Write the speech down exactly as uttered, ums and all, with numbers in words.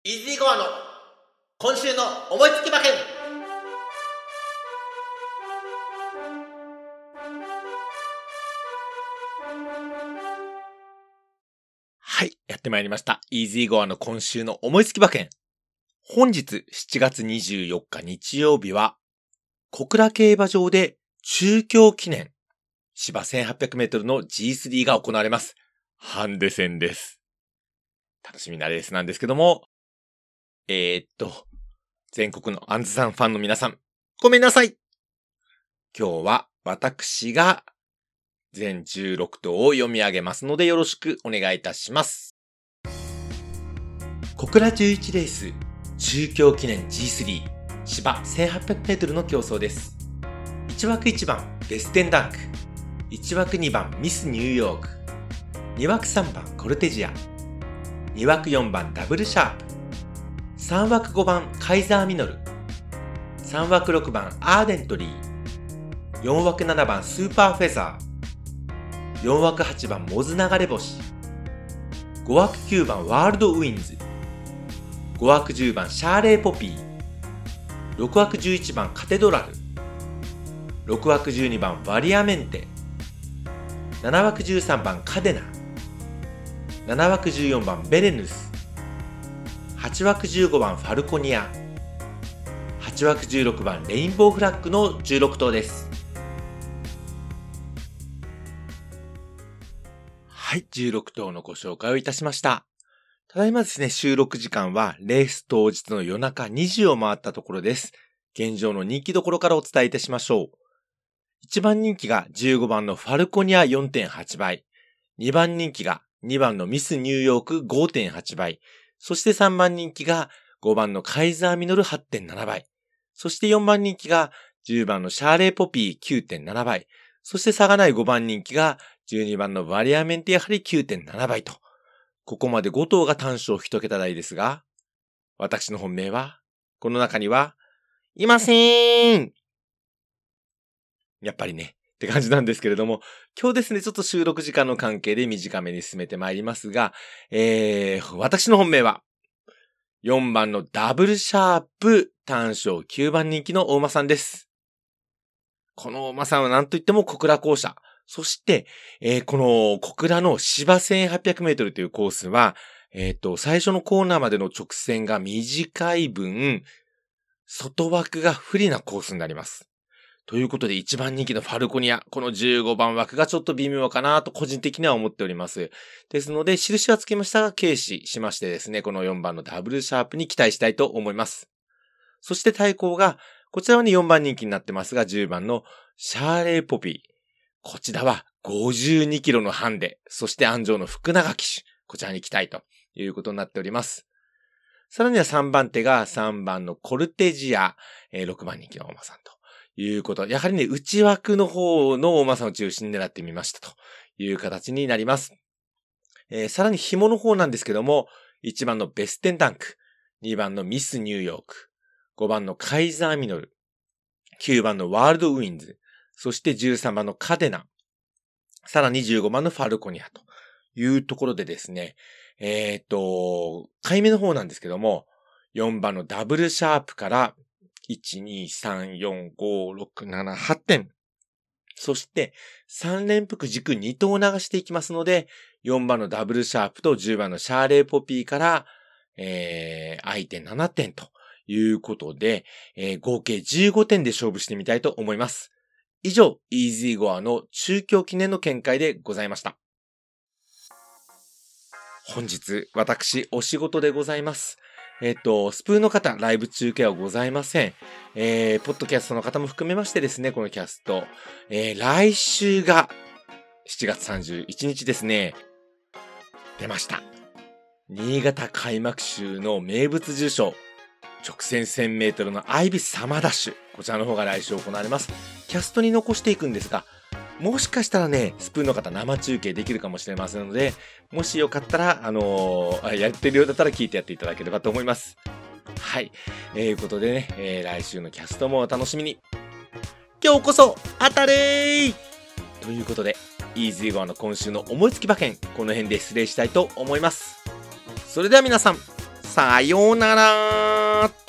イージーゴアの今週の思いつき馬券。はい、やってまいりました。イージーゴアの今週の思いつき馬券。本日しちがつにじゅうよっか日曜日は、小倉競馬場で中京記念芝 せんはっぴゃくメートル の ジースリー が行われます。ハンデ戦です。楽しみなレースなんですけども、えー、っと、全国のアンズさんファンの皆さん、ごめんなさい。今日は私が全じゅうろくとうを読み上げますのでよろしくお願いいたします。小倉じゅういちレース、中京記念 ジースリー 芝 せんはっぴゃくメートル の競争です。いち枠いちばんベステンダンク、いち枠にばんミスニューヨーク、に枠さんばんコルテジア、に枠よんばんダブルシャープ、さん枠ごばんカイザーミノル、さん枠ろくばんアーデントリー、よん枠ななばんスーパーフェザー、よん枠はちばんモズ流れ星、ご枠きゅうばんワールドウィンズ、ご枠じゅうばんシャーレーポピー、ろく枠じゅういちばんカテドラル、ろく枠じゅうにばんバリアメンテ、なな枠じゅうさんばんカデナ、なな枠じゅうよんばんベレヌス、はち枠じゅうごばんファルコニア、はち枠じゅうろくばんレインボーフラッグのじゅうろくとうです。はい、じゅうろくとうのご紹介をいたしました。ただいまですね、収録時間はレース当日の夜中にじを回ったところです。現状の人気どころからお伝えいたしましょう。いちばん人気がじゅうごばんのファルコニア よんてんはちばい、にばん人気がにばんのミスニューヨーク ごてんはちばい、そしてさんばん人気がごばんのカイザーミノル はってんななばい、そしてよんばん人気がじゅうばんのシャーレーポピー きゅうてんななばい、そして差がないごばん人気がじゅうにばんのバリアメンテやはり きゅうてんななばいと、ここまでごとうが単勝一桁台ですが、私の本命は、この中には、いませーん。やっぱりね、って感じなんですけれども、今日ですね、ちょっと収録時間の関係で短めに進めてまいりますが、えー、私の本命は、よんばんのダブルシャープ単勝きゅうばん人気の大馬さんです。この大馬さんは何と言っても小倉校舎。そして、えー、この小倉の芝 せんはっぴゃくメートル というコースは、えっと、最初のコーナーまでの直線が短い分、外枠が不利なコースになります。ということでいちばん人気のファルコニア、このじゅうごばん枠がちょっと微妙かなと個人的には思っております。ですので、印はつけましたが、軽視しましてですね、このよんばんのダブルシャープに期待したいと思います。そして対抗が、こちらはねよんばん人気になってますが、じゅうばんのシャーレーポピー。こちらはごじゅうにキロのハンデ、そして安城の福永騎手、こちらに期待ということになっております。さらにはさんばん手がさんばんのコルテジア、えー、ろくばん人気の大馬さんということ。やはりね、内枠の方の大馬さんを中心に狙ってみましたという形になります。えー、さらに紐の方なんですけども、いちばんのベステンダンク、にばんのミスニューヨーク、ごばんのカイザーミノル、きゅうばんのワールドウィンズ、そしてじゅうさんばんのカデナ、さらにじゅうごばんのファルコニアというところでですね、えっと、買い目の方なんですけども、よんばんのダブルシャープから、いち、に、さん、よん、ご、ろく、なな、はってん。そして、さん連複軸にとう流していきますので、よんばんのダブルシャープとじゅうばんのシャーレーポピーから、えー、相手ななてんということで、えー、合計じゅうごてんで勝負してみたいと思います。以上、イージーゴアの中京記念の見解でございました。本日、私、お仕事でございます。えっと、スプーンの方、ライブ中継はございません。えー、ポッドキャストの方も含めましてですね、このキャスト。えー、来週がしちがつさんじゅういちにちですね。出ました。新潟開幕週の名物重賞。直線せんメートルのアイビスサマーダッシュ。こちらの方が来週行われます。キャストに残していくんですが、もしかしたらね、スプーンの方生中継できるかもしれませんので、もしよかったら、あのー、やってるようだったら聞いてやっていただければと思います。はい。えー、いうことでね、えー、来週のキャストもお楽しみに。今日こそ当たれーということで、イージーゴアの今週の思いつき馬券、この辺で失礼したいと思います。それでは皆さん、ささようなら。